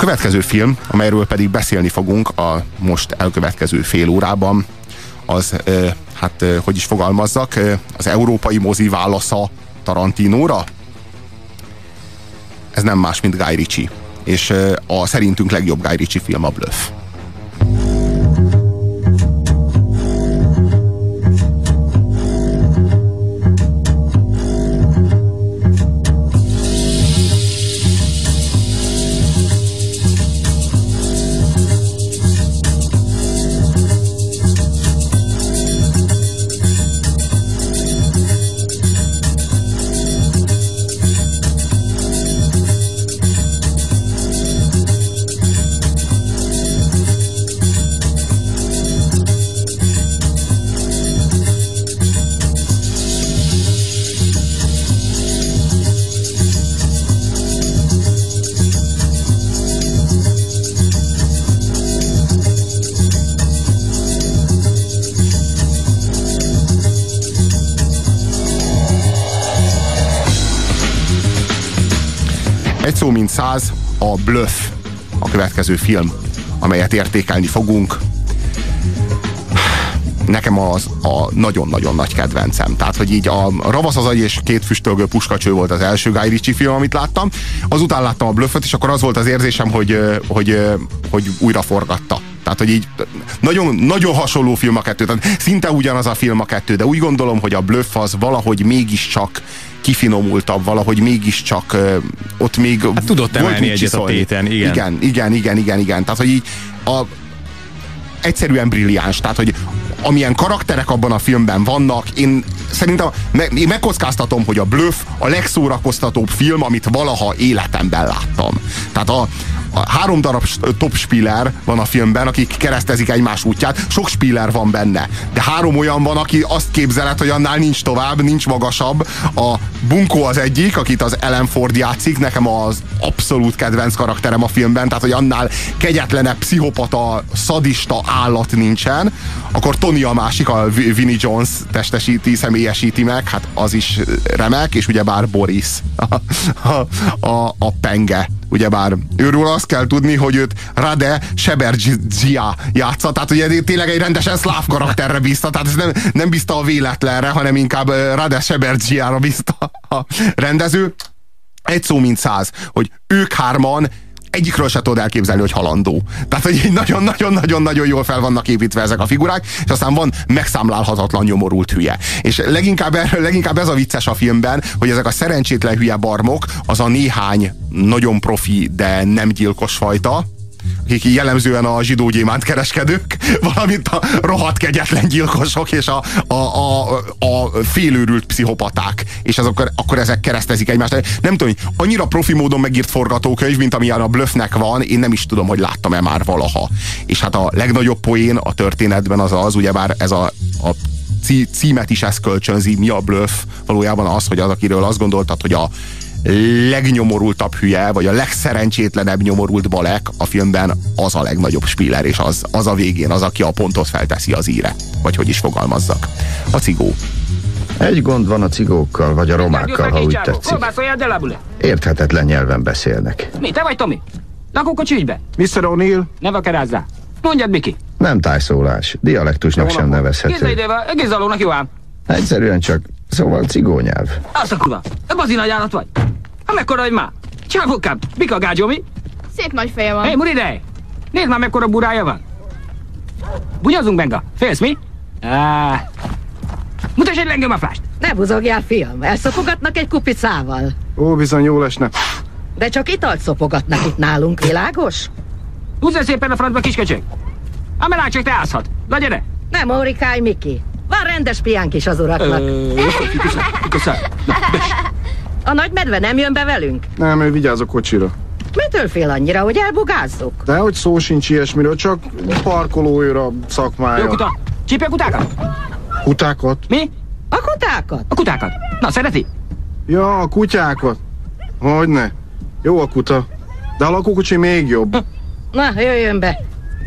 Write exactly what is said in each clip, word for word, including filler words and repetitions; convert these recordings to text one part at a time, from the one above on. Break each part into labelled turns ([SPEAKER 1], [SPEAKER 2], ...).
[SPEAKER 1] következő film, amelyről pedig beszélni fogunk a most elkövetkező fél órában, az, hát hogy is fogalmazzak, az európai mozi válasza Tarantinóra. Ez nem más, mint Guy Ritchie. És a szerintünk legjobb Guy Ritchie film a Bluff. Egy szó mint száz, a Bluff a következő film, amelyet értékelni fogunk. Nekem az a nagyon-nagyon nagy kedvencem. Tehát, hogy így a Ravasz az agy és két füstölgő puskacső volt az első Guy Ritchie film, amit láttam. Azután láttam a Bluffot, és akkor az volt az érzésem, hogy, hogy, hogy újra forgatta. Tehát, hogy így nagyon, nagyon hasonló film a kettő. Tehát szinte ugyanaz a film a kettő, de úgy gondolom, hogy a Bluff az valahogy mégiscsak kifinomultabb, valahogy mégiscsak uh, ott még
[SPEAKER 2] hát tudott emelni egyet a téten, igen.
[SPEAKER 1] Igen, igen, igen, igen, igen. Tehát, hogy így a, egyszerűen brilliáns. Tehát, hogy amilyen karakterek abban a filmben vannak, én szerintem me, én megkockáztatom, hogy a Bluff a legszórakoztatóbb film, amit valaha életemben láttam. Tehát a A három darab top spiller van a filmben, akik keresztezik egymás útját. Sok spiller van benne, de három olyan van, aki azt képzeled, hogy annál nincs tovább, nincs magasabb. A Bunko az egyik, akit az Ellen Ford játszik, nekem az abszolút kedvenc karakterem a filmben, tehát hogy annál kegyetlenebb, pszichopata, szadista állat nincsen. Akkor Tony a másik, a Vinnie Jones testesíti, személyesíti meg, hát az is remek, és ugyebár Boris, a, a, a, a penge. Ugyebár őről azt kell tudni, hogy őt Rade Seberdzsia játsza, tehát ugye tényleg egy rendesen szláv karakterre bízta, tehát ez nem, nem bízta a véletlenre, hanem inkább Rade Seberdzsiára bízta a rendező. Egy szó mint száz, hogy ők hárman egyikről se tudod elképzelni, hogy halandó. Tehát, hogy nagyon-nagyon-nagyon-nagyon jól fel vannak építve ezek a figurák, és aztán van megszámlálhatatlan nyomorult hülye. És leginkább, leginkább ez a vicces a filmben, hogy ezek a szerencsétlen hülye barmok, az a néhány nagyon profi, de nem gyilkos fajta, akik jellemzően a zsidó gyémánt kereskedők, valamint a rohadt kegyetlen gyilkosok és a, a, a, a félőrült pszichopaták. És azok, akkor ezek keresztezik egymást. Nem tudom, hogy annyira profi módon megírt forgatókönyv, mint amilyen a Bluffnek van, én nem is tudom, hogy láttam-e már valaha. És hát a legnagyobb poén a történetben az az, ugyebár ez a, a címet is ezt kölcsönzi, mi a Bluff, valójában az, hogy az, akiről azt gondoltad, hogy a legnyomorultabb hülye, vagy a legszerencsétlenebb nyomorult balek a filmben, az a legnagyobb spiller, és az, az a végén az, aki a pontot felteszi az íre. Vagy hogy is fogalmazzak. A cigó.
[SPEAKER 3] Egy gond van a cigókkal, vagy a romákkal, ha úgy tetszik. Érthetetlen nyelven beszélnek.
[SPEAKER 4] Mi, te vagy Tomi? Lakókocsi ügybe?
[SPEAKER 5] miszter O'Neill?
[SPEAKER 4] Ne vakerázzál. Mondjad, Miki.
[SPEAKER 3] Nem tájszólás, dialektusnak sem nevezhető.
[SPEAKER 4] Gézzaidővel, gézzalónak jó ám.
[SPEAKER 3] Egyszerűen csak, szóval cigónyelv.
[SPEAKER 4] Azt a kurva, bazi nagy állat vagy. Ha mekkora vagy már? Csávokám, Bika gágyó, mi?
[SPEAKER 6] Szép nagy feje van.
[SPEAKER 4] Hé, hey, Muridej! Nézd már, mekkora burája van. Bunyazunk, Benga. Félsz, mi? Ah. Mutasd egy lengyomaflást.
[SPEAKER 7] Ne buzogjál, fiam, elszopogatnak egy kupicával.
[SPEAKER 5] Ó, bizony jó lesne.
[SPEAKER 7] De csak italt szopogatnak itt nálunk, világos?
[SPEAKER 4] Húzz szépen a francba, kisköcsög. Amelán csak te állszhat. Na gyere!
[SPEAKER 7] Nem órikálj, Miki. Van rendes piánk is az uraknak. A nagy medve nem jön be velünk?
[SPEAKER 5] Nem, ő vigyáz a kocsira.
[SPEAKER 7] Mitől fél annyira, hogy elbugázzuk?
[SPEAKER 5] Dehogy szó sincs ilyesmiről, csak parkolóőr a szakmája.
[SPEAKER 4] Jó kuta! Csípje a kutákat?
[SPEAKER 5] Kutákat?
[SPEAKER 4] Mi?
[SPEAKER 7] A kutákat?
[SPEAKER 4] A kutákat. Na, szereti?
[SPEAKER 5] Ja, a kutyákat. Hogyne. Jó a kuta. De a lakókocsi még jobb.
[SPEAKER 7] Na, jöjjön be.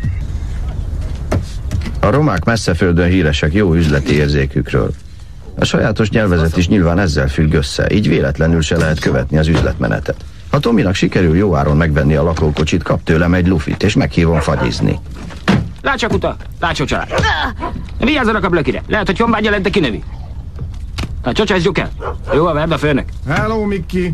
[SPEAKER 3] A romák messzeföldön híresek jó üzleti érzékükről. A sajátos nyelvezet is nyilván ezzel függ össze, így véletlenül se lehet követni az üzletmenetet. Ha Ha Tominak sikerül jó áron megvenni a lakókocsit, kap tőlem egy lufit, és meghívom fagyizni.
[SPEAKER 4] Lássa, kuta! Lássa, család! Vigyázzanak a blökire! Lehet, hogy honvágy jelente kinövi. Na, csocsázjuk el! Jó, a verd a főnök!
[SPEAKER 5] Hello, Mickey!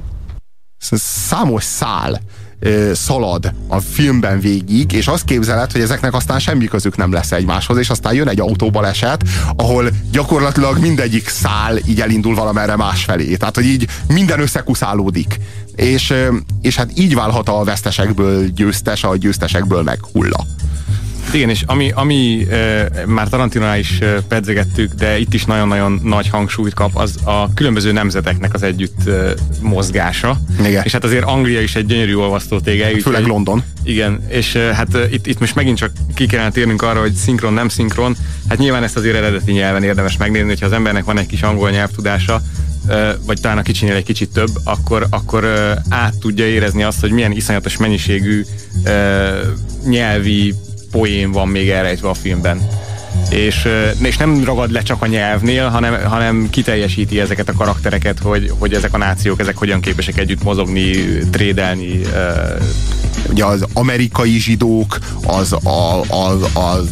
[SPEAKER 1] Számos szál ö, szalad a filmben végig, és azt képzeled, hogy ezeknek aztán semmi közük nem lesz egymáshoz, és aztán jön egy autóbaleset, ahol gyakorlatilag mindegyik szál így elindul valamerre másfelé. Tehát, hogy így minden összekuszálódik. És, ö, és hát így válhat a vesztesekből győztes, a győztesekből meg hulla.
[SPEAKER 2] Igen, és ami, ami e, már Tarantinónál is e, pedzegettük, de itt is nagyon-nagyon nagy hangsúlyt kap, az a különböző nemzeteknek az együtt e, mozgása.
[SPEAKER 1] Igen.
[SPEAKER 2] És hát azért Anglia is egy gyönyörű olvasztó tége.
[SPEAKER 1] Főleg úgy, London.
[SPEAKER 2] Igen, és e, hát e, itt, itt most megint csak ki kellene térnünk arra, hogy szinkron, nem szinkron. Hát nyilván ezt azért eredeti nyelven érdemes megnézni, hogyha az embernek van egy kis angol nyelvtudása, e, vagy talán a kicsinél egy kicsit több, akkor, akkor e, át tudja érezni azt, hogy milyen iszonyatos mennyiségű e, nyelvi poén van még elrejtve a filmben. És, és nem ragad le csak a nyelvnél, hanem, hanem kiteljesíti ezeket a karaktereket, hogy, hogy ezek a nációk, ezek hogyan képesek együtt mozogni, trédelni.
[SPEAKER 1] Ugye az amerikai zsidók, az a, az, az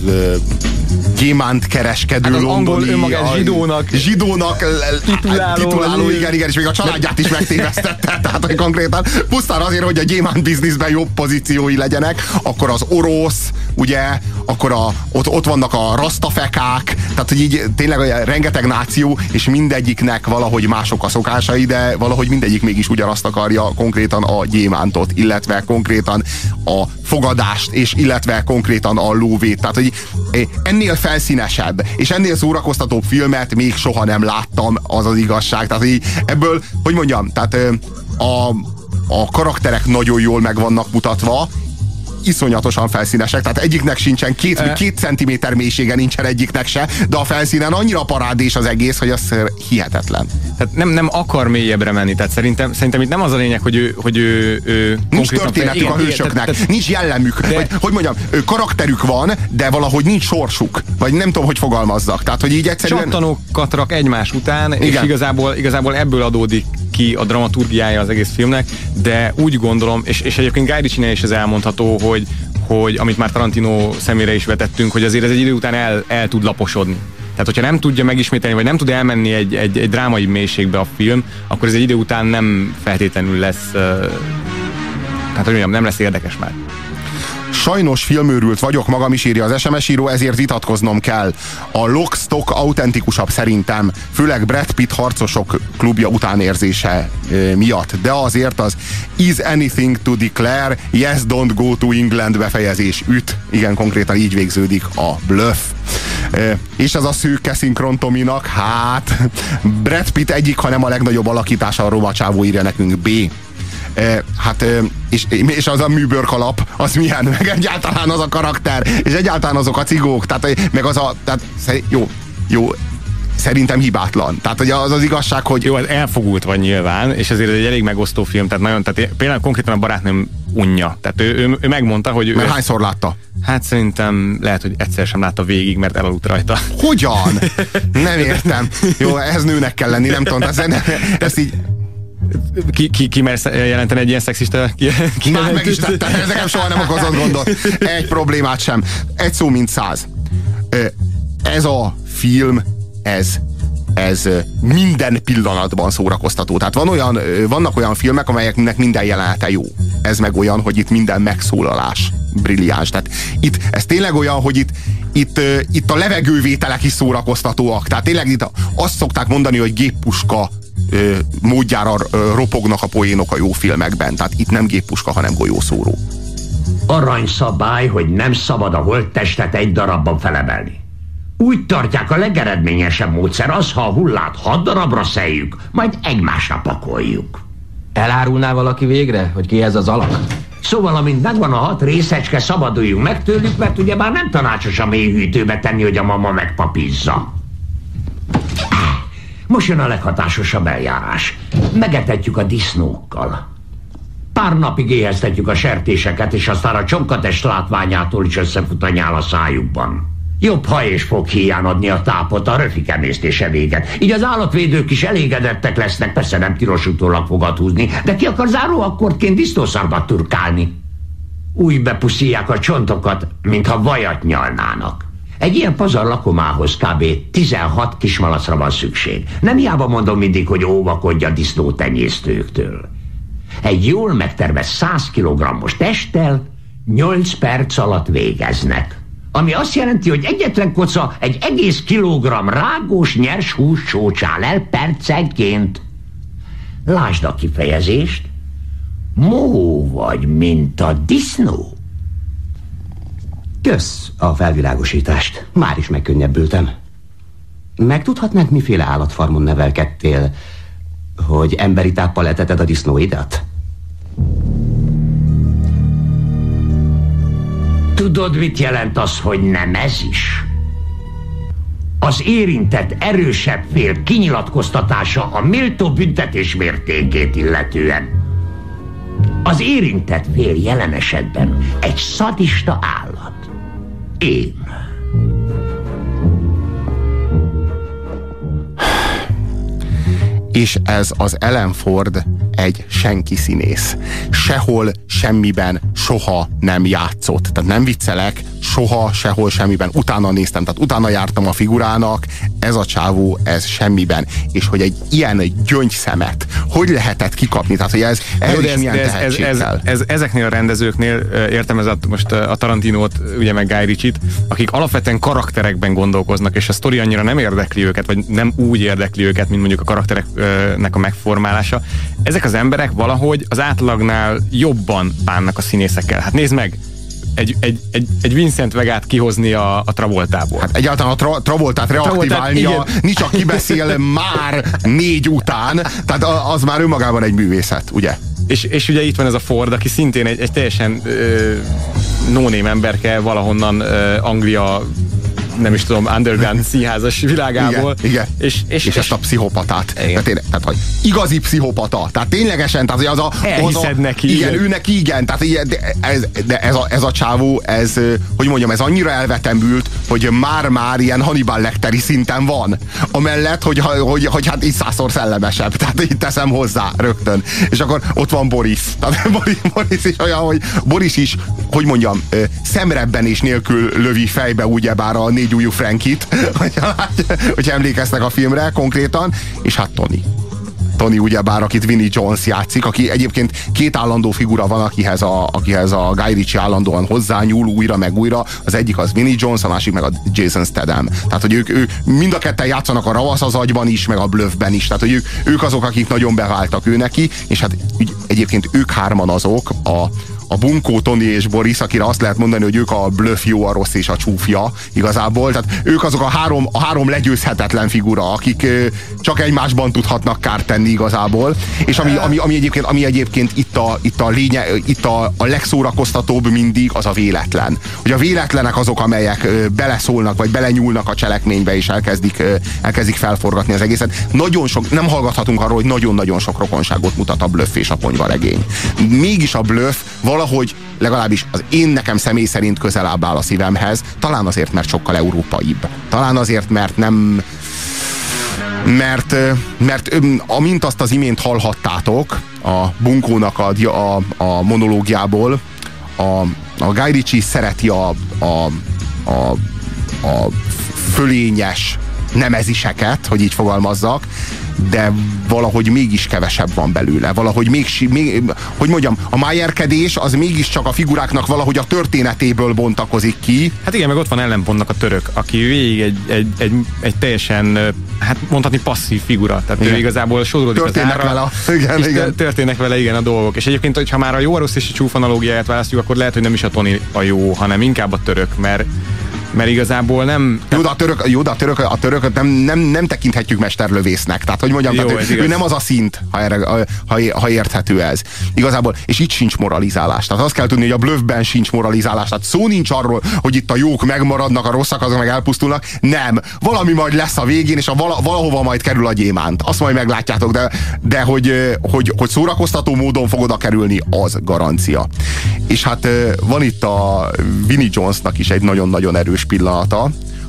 [SPEAKER 1] gyémánt kereskedő
[SPEAKER 2] hát az
[SPEAKER 1] londoni,
[SPEAKER 2] angol zsidónak,
[SPEAKER 1] zsidónak
[SPEAKER 2] tituláló,
[SPEAKER 1] tituláló igen, igen, és még a családját is megtévesztette, tehát hogy konkrétan pusztán azért, hogy a gyémánt bizniszben jobb pozíciói legyenek, akkor az orosz, ugye, akkor a, ott, ott vannak a rasztafekák, tehát hogy így tényleg rengeteg náció, és mindegyiknek valahogy mások a szokásai, de valahogy mindegyik mégis ugyanazt akarja, konkrétan a gyémántot, illetve konkrétan a fogadást, és illetve konkrétan a lóvét. Tehát, hogy ennél felszínesebb, és ennél szórakoztatóbb filmet még soha nem láttam, az az igazság. Tehát, hogy ebből, hogy mondjam, tehát a, a karakterek nagyon jól meg vannak mutatva, iszonyatosan felszínesek, tehát egyiknek sincsen két, e... két centiméter mélysége nincsen egyiknek se, de a felszínen annyira parádés az egész, hogy az hihetetlen.
[SPEAKER 2] Tehát nem, nem akar mélyebbre menni, tehát szerintem, szerintem itt nem az a lényeg, hogy ő, hogy ő, ő
[SPEAKER 1] nincs történetük igen, a hősöknek, tehát, nincs jellemük, de... vagy, hogy mondjam, karakterük van, de valahogy nincs sorsuk, vagy nem tudom, hogy fogalmazzak. Tehát, hogy így egyszerűen...
[SPEAKER 2] Csattanókat rak egymás után, igen. És igazából, igazából ebből adódik ki a dramaturgiája az egész filmnek, de úgy gondolom, és, és egyébként Guy Ritchie-nél is ez elmondható, hogy, hogy amit már Tarantino szemére is vetettünk, hogy azért ez egy idő után el, el tud laposodni. Tehát, hogyha nem tudja megismételni, vagy nem tud elmenni egy, egy, egy drámai mélységbe a film, akkor ez egy idő után nem feltétlenül lesz, uh, hát hogy mondjam, nem lesz érdekes már.
[SPEAKER 1] Sajnos filmőrült vagyok, magam is, írja az es em es író, ezért vitatkoznom kell. A Lock, Stock autentikusabb szerintem, főleg Brad Pitt harcosok klubja utánérzése e, miatt. De azért az is anything to declare, yes, don't go to England befejezés üt. Igen, konkrétan így végződik a Bluff. E, és ez a szőke szinkron Tominak, hát Brad Pitt egyik, hanem a legnagyobb alakítása, a Roma csávó, írja nekünk B. E, hát, és, és az a műbőrkalap, az milyen, meg egyáltalán az a karakter, és egyáltalán azok a cigók, tehát meg az a, tehát, jó, jó, szerintem hibátlan. Tehát ugye az az igazság, hogy...
[SPEAKER 2] Jó, az elfogult van nyilván, és ezért egy elég megosztó film, tehát nagyon, tehát például konkrétan a barátnőm unja. Tehát ő, ő, ő megmondta, hogy...
[SPEAKER 1] Mert
[SPEAKER 2] ő,
[SPEAKER 1] hányszor látta?
[SPEAKER 2] Hát szerintem lehet, hogy egyszer sem látta végig, mert elaludt rajta.
[SPEAKER 1] Hogyan? Nem értem. Jó, ehhez nőnek kell lenni, nem tudom, ezt, ezt így...
[SPEAKER 2] Ki, ki, ki mersz jelenteni egy ilyen szexista ki,
[SPEAKER 1] már meg is tettem, ez nekem soha nem okozott gondot. Egy problémát sem. Egy szó mint száz. Ez a film, ez ez minden pillanatban szórakoztató. Tehát van olyan, vannak olyan filmek, amelyeknek minden jelenete jó. Ez meg olyan, hogy itt minden megszólalás brilliáns. Tehát itt, ez tényleg olyan, hogy itt, itt, itt a levegővételek is szórakoztatóak. Tehát tényleg itt azt szokták mondani, hogy géppuska módjára ropognak a poénok a jó filmekben. Tehát itt nem géppuska, hanem golyószóró.
[SPEAKER 6] Aranyszabály, hogy nem szabad a holttestet egy darabban felemelni. Úgy tartják, a legeredményesebb módszer az, ha a hullát hat darabra szeljük, majd egymásra pakoljuk.
[SPEAKER 4] Elárulná valaki végre, hogy ki ez az alak?
[SPEAKER 6] Szóval, amint megvan a hat részecske, szabaduljunk meg tőlük, mert ugye már nem tanácsos a mélyhűtőbe tenni, hogy a mama megpapízza. Most jön a leghatásosabb eljárás. Megetetjük a disznókkal. Pár napig éheztetjük a sertéseket, és aztán a csonkatest látványától is összefut a nyál a szájukban. Jobb haj és fog híján adni a tápot a röfik emésztése véget. Így az állatvédők is elégedettek lesznek, persze nem tilos utólag fogat húzni, de ki akar záróakkordként disznószarvat turkálni? Úgy bepuszíják a csontokat, mintha vajat nyalnának. Egy ilyen pazar lakomához kb. tizenhat kismalacra van szükség. Nem hiába mondom mindig, hogy óvakodj a disznótenyésztőktől. Egy jól megtervez száz kilogrammos testtel nyolc perc alatt végeznek. Ami azt jelenti, hogy egyetlen koca egy egész kilogramm rágós nyers hús csócsál el percenként. Lásd a kifejezést. Mó vagy, mint a disznó.
[SPEAKER 8] Kösz a felvilágosítást. Már is megkönnyebbültem. Megtudhatnánk, miféle állatfarmon nevelkedtél, hogy emberi táppal eteted a disznóidat?
[SPEAKER 6] Tudod, mit jelent az, hogy nem ez is? Az érintett erősebb fél kinyilatkoztatása a méltó büntetés mértékét illetően. Az érintett fél jelen esetben egy szadista állat. Én.
[SPEAKER 1] És ez az Ellen Ford egy senki színész. Sehol, semmiben, soha nem játszott. Tehát nem viccelek, soha, sehol, semmiben. Utána néztem, tehát utána jártam a figurának, ez a csávó, ez semmiben. És hogy egy ilyen gyöngyszemet hogy lehetett kikapni? Tehát, hogy ez, ez,
[SPEAKER 2] ez,
[SPEAKER 1] milyen
[SPEAKER 2] ez, ez, ez, ez, ezeknél a rendezőknél, értem ez a, most a Tarantinót, ugye meg Guy Ritchie-t, akik alapvetően karakterekben gondolkoznak, és a sztori annyira nem érdekli őket, vagy nem úgy érdekli őket, mint mondjuk a karaktereknek a megformálása. Ezek az emberek valahogy az átlagnál jobban bánnak a színészekkel. Hát nézd meg, egy, egy, egy, egy Vincent Vegát kihozni a, a Travoltából.
[SPEAKER 1] Hát egyáltalán a tra, Travoltát reaktiválnia, nincs a kibeszél már négy után, tehát az már önmagában egy művészet, ugye?
[SPEAKER 2] És, és ugye itt van ez a Ford, aki szintén egy, egy teljesen no-name emberke valahonnan ö, Anglia, nem is tudom, underground színházas világából.
[SPEAKER 1] Igen, igen.
[SPEAKER 2] És, és,
[SPEAKER 1] és ezt a pszichopatát. Tehát, én, tehát, hogy igazi pszichopata. Tehát ténylegesen, tehát az a...
[SPEAKER 2] Elhiszed
[SPEAKER 1] az a,
[SPEAKER 2] neki.
[SPEAKER 1] Igen, ő neki igen. Tehát de ez, de ez, a, ez a csávó, ez, hogy mondjam, ez annyira elvetemült, hogy már-már ilyen Hannibal Lecteri szinten van. Amellett, hogy, hogy, hogy hát így százszor szellemesebb. Tehát így teszem hozzá rögtön. És akkor ott van Boris. Tehát Boris, Boris is olyan, hogy Boris is, hogy mondjam, szemrebbenés nélkül lövi fejbe ugyebár a négyújú Frankit, hogy emlékeznek a filmre konkrétan, és hát Tony. Tony ugyebár, akit Vinnie Jones játszik, aki egyébként két állandó figura van, akihez a, akihez a Guy Ritchie állandóan hozzányúl újra meg újra. Az egyik az Vinnie Jones, a másik meg a Jason Statham. Tehát, hogy ők, ők mind a ketten játszanak a Ravasz az agyban is, meg a Bluffben is. Tehát, hogy ők, ők azok, akik nagyon beváltak ő neki, és hát ügy, egyébként ők hárman azok, a a Bunkó, Tony és Boris, akire azt lehet mondani, hogy ők a Bluff jó, a rossz és a csúfja igazából. Tehát ők azok a három, a három legyőzhetetlen figura, akik ö, csak egymásban tudhatnak kárt tenni igazából. És ami, ami, ami, egyébként, ami egyébként itt a, itt a lénye, itt a, a legszórakoztatóbb mindig, az a véletlen. Hogy a véletlenek azok, amelyek ö, beleszólnak, vagy belenyúlnak a cselekménybe, és elkezdik, ö, elkezdik felforgatni az egészet. Nagyon sok, nem hallgathatunk arról, hogy nagyon-nagyon sok rokonságot mutat a Bluff és a ponyvaregény. Mégis a Bluff valahogy legalábbis az én nekem személy szerint közelebb áll a szívemhez, talán azért, mert sokkal európaibb. Talán azért, mert nem... Mert, mert amint azt az imént hallhattátok a Bunkónak a, a, a monológiából, a, a Guy Ritchie szereti a, a, a, a fölényes nemeziseket, hogy így fogalmazzak, de valahogy mégis kevesebb van belőle. Valahogy még, még hogy mondjam, a májerkedés az mégiscsak a figuráknak valahogy a történetéből bontakozik ki.
[SPEAKER 2] Hát igen, meg ott van ellenpontnak a török, aki végig egy, egy, egy, egy teljesen, hát mondhatni passzív figura. Tehát igen. Ő igazából sodródik az ára,
[SPEAKER 1] vele, igen, igen.
[SPEAKER 2] történnek vele igen a dolgok. És egyébként, hogyha már a jó, a rossz és a csúf analógiáját választjuk, akkor lehet, hogy nem is a Tony a jó, hanem inkább a török, mert mert igazából nem...
[SPEAKER 1] Jó, de a török, jó, de a török, a török nem, nem, nem tekinthetjük mesterlövésznek. Tehát, hogy mondjam, jó, tehát ő, ő nem az a szint, ha, erre, ha, ha érthető ez. Igazából, és itt sincs moralizálás. Tehát azt kell tudni, hogy a Bluffben sincs moralizálás. Tehát szó nincs arról, hogy itt a jók megmaradnak, a rosszak azok meg elpusztulnak. Nem. Valami majd lesz a végén, és a vala, valahova majd kerül a gyémánt. Azt majd meglátjátok, de, de hogy, hogy, hogy szórakoztató módon fog oda kerülni, az garancia. És hát van itt a Vinnie Jonesnak is egy nagyon-nagyon erős pillanata,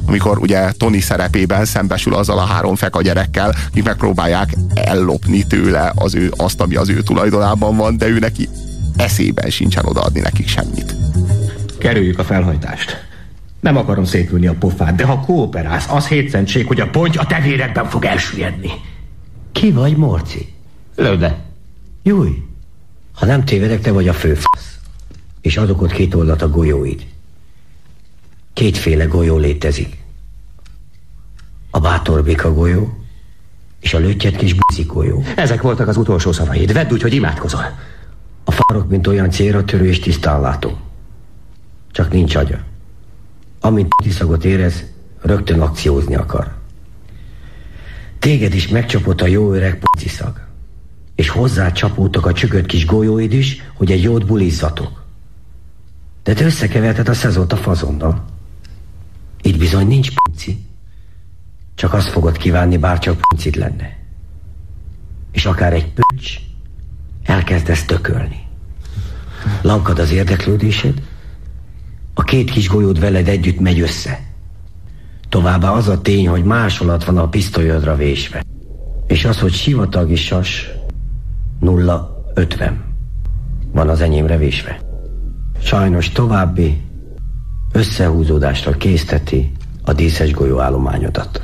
[SPEAKER 1] amikor ugye Tony szerepében szembesül azzal a három feka gyerekkel, akik megpróbálják ellopni tőle az ő, azt, ami az ő tulajdonában van, de ő neki eszében sincsen odaadni nekik semmit.
[SPEAKER 9] Kerüljük a felhajtást. Nem akarom szépülni a pofát, de ha kooperálsz, az hétszentség, hogy a ponty a tevérekben fog elsüllyedni.
[SPEAKER 8] Ki vagy, Morci? Lőd le. Júj! Ha nem tévedek, te vagy a főfasz. És adok ott két oldalt a golyóid. Kétféle golyó létezik. A bátorbika golyó és a löttyet kis buci golyó.
[SPEAKER 9] Ezek voltak az utolsó szavaid. Vedd úgy, hogy imádkozol.
[SPEAKER 8] A farok, mint olyan célra törő és tisztán látó. Csak nincs agya. Amint tiszagot érez, rögtön akciózni akar. Téged is megcsapott a jó öreg puciszag. És hozzá csapódtak a csökött kis golyóid is, hogy egy jót bulizzatok. De te összekeverted a szezont a fazonnal. Itt bizony nincs punci. Csak azt fogod kívánni, bárcsak puncid lenne. És akár egy pöcs, elkezdesz tökölni. Lankad az érdeklődésed, a két kis golyód veled együtt megy össze. Továbbá az a tény, hogy másolat van a pisztolyodra vésve. És az, hogy sivatagi sas nulla ötven van az enyémre vésve. Sajnos további összehúzódásra készteti a díszes golyóállományodat.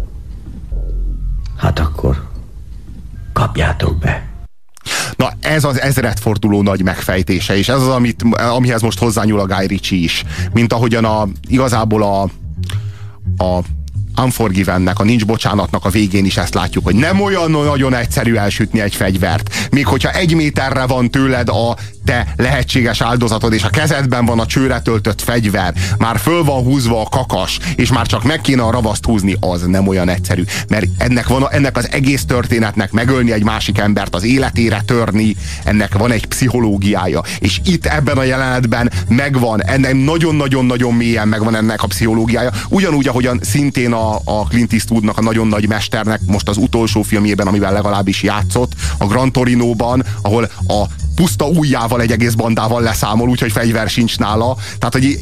[SPEAKER 8] Hát akkor kapjátok be.
[SPEAKER 1] Na ez az ezredforduló nagy megfejtése, és ez az, amit, amihez most hozzányúl a Guy Ritchie is. Mint ahogyan a, igazából a, a Unforgivennek, a Nincs bocsánatnak a végén is ezt látjuk, hogy nem olyan nagyon egyszerű elsütni egy fegyvert. Még hogyha egy méterre van tőled a te lehetséges áldozatod, és a kezedben van a csőre töltött fegyver, már föl van húzva a kakas, és már csak meg kéne a ravaszt húzni, az nem olyan egyszerű. Mert ennek, van, ennek az egész történetnek megölni egy másik embert, az életére törni, ennek van egy pszichológiája. És itt ebben a jelenetben megvan, ennek nagyon-nagyon-nagyon mélyen megvan ennek a pszichológiája. Ugyanúgy, ahogyan szintén a, a Clint Eastwoodnak, a nagyon nagy mesternek most az utolsó filmjében, amivel legalábbis játszott, a Gran Torinóban, ahol a puszta ujjával egy egész bandával leszámol, úgyhogy fegyver sincs nála. Tehát, hogy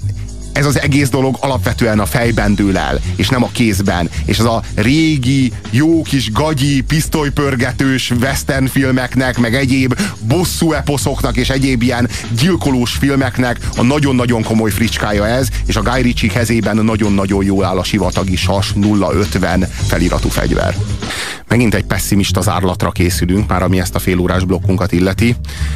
[SPEAKER 1] ez az egész dolog alapvetően a fejben dől el, és nem a kézben. És az a régi, jó kis gagyi, pisztolypörgetős western filmeknek, meg egyéb bosszú eposzoknak, és egyéb ilyen gyilkolós filmeknek a nagyon-nagyon komoly fricskája ez, és a Guy Ritchie kezében nagyon-nagyon jól áll a sivatagi sas nulla ötven feliratú fegyver. Megint egy pessimista zárlatra készülünk, már ami ezt a félórás blokkunkat illeti.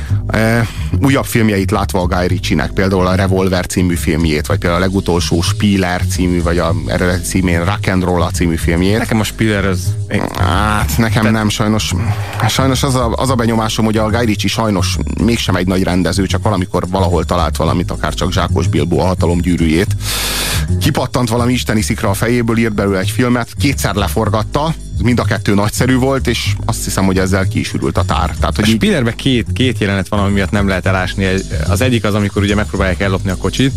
[SPEAKER 1] E, újabb filmjeit látva a Guy Ritchie-nek, például a Revolver című filmjét, vagy például a legutolsó Spiller című, vagy a eredeti címén Rock'n'Rolla című filmjét.
[SPEAKER 2] Nekem a Spiller az...
[SPEAKER 1] Hát, nekem Te... nem, sajnos. Sajnos az a, az a benyomásom, hogy a Guy Ritchie sajnos mégsem egy nagy rendező, csak valamikor valahol talált valamit, akár csak Zsákos Bilbo, a hatalom gyűrűjét. Kipattant valami isteni szikra a fejéből, írt belőle egy filmet, kétszer leforgatta, mind a kettő nagyszerű volt, és azt hiszem, hogy ezzel ki is ürült a tár. Tehát, hogy
[SPEAKER 2] a Spillerben két, két jelenet van, ami miatt nem lehet elásni. Az egyik az, amikor ugye megpróbálják ellopni a kocsit.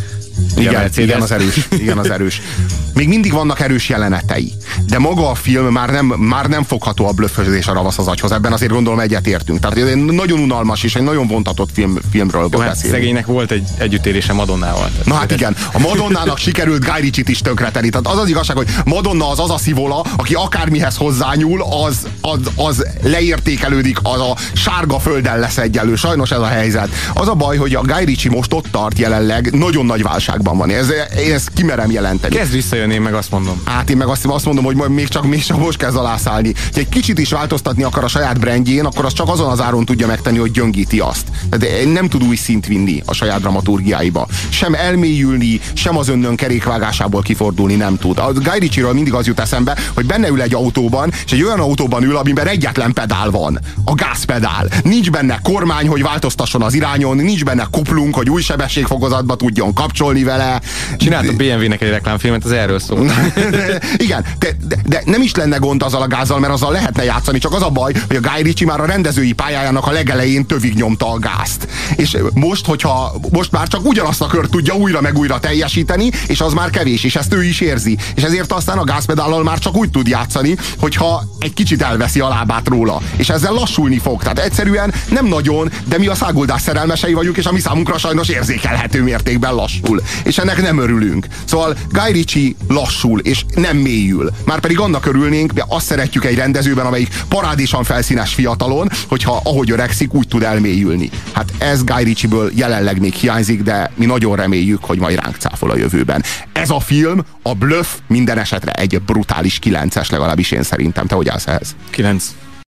[SPEAKER 1] Igen, igen, az erős. Igen, az erős. Még mindig vannak erős jelenetei, de maga a film már nem, már nem fogható a blöffözés a ravasz az agyhoz. Ebben azért gondolom egyetértünk. Tehát egy nagyon unalmas és egy nagyon vontatott film, filmről
[SPEAKER 2] Jó, hát szegénynek volt egy együttérése Madonnával.
[SPEAKER 1] Na hát igen, a Madonnának sikerült Guy Ritchie-t is tönkretenni. Tehát az az igazság, hogy Madonna az az a szivola, aki akármihez hozzányúl, az, az, az leértékelődik, az a sárga földdel lesz egyenlő. Sajnos ez a helyzet. Az a baj, hogy a Guy Ritchie most ott tart jelenleg, nagyon nagy válságban van. Ez, én ezt kimerem jelenteni.
[SPEAKER 2] Kezd visszajönni, én meg azt mondom.
[SPEAKER 1] Hát én meg azt, azt mondom, hogy még csak, még csak most kezd alászállni. Ha egy kicsit is változtatni akar a saját brandjén, akkor az csak azon az áron tudja megtenni, hogy gyöngíti azt. Tehát nem tud új szint vinni a saját dramaturgiáiba. Sem elmélyülni, sem az önnön kerékvágásából kifordulni nem tud. A Guy Ritchie-ről mindig az jut eszembe, hogy benne ül egy autóban, és egy olyan autóban ül, amiben egyetlen pedál van. A gázpedál. Nincs benne kormány, hogy változtasson az irányon, nincs benne kuplung, hogy új sebességfokozatba tudjon kapcsolni vele.
[SPEAKER 2] Csinált a bé em vé-nek egy reklámfilmet, az erről erről szól.
[SPEAKER 1] Igen, de, de, de nem is lenne gond azzal a gázzal, mert azzal lehetne játszani, csak az a baj, hogy a Guy Ritchie már a rendezői pályájának a legelején tövig nyomta a gázt. És most, hogyha most már csak ugyanazt a kört tudja újra meg újra teljesíteni, és az már kevés, és ezt ő is érzi. És ezért aztán a gázpedállal már csak úgy tud játszani, hogyha egy kicsit elveszi a lábát róla. És ezzel lassulni fog. Tehát egyszerűen nem nagyon, de mi a száguldás szerelmesei vagyunk, és a mi számunkra sajnos érzékelhető mértékben lassul. És ennek nem örülünk. Szóval Guy Ritchie lassul, és nem mélyül. Márpedig annak örülnénk, de azt szeretjük egy rendezőben, amelyik parádésan felszínes fiatalon, hogyha ahogy öregszik, úgy tud elmélyülni. Hát ez Guy Ritchie-ből jelenleg még hiányzik, de mi nagyon reméljük, hogy majd ránk cáfol a jövőben. Ez a film, a Bluff minden esetre egy brutális kilences, legalábbis én szerintem. Te hogy állsz ehhez?
[SPEAKER 2] Kilenc.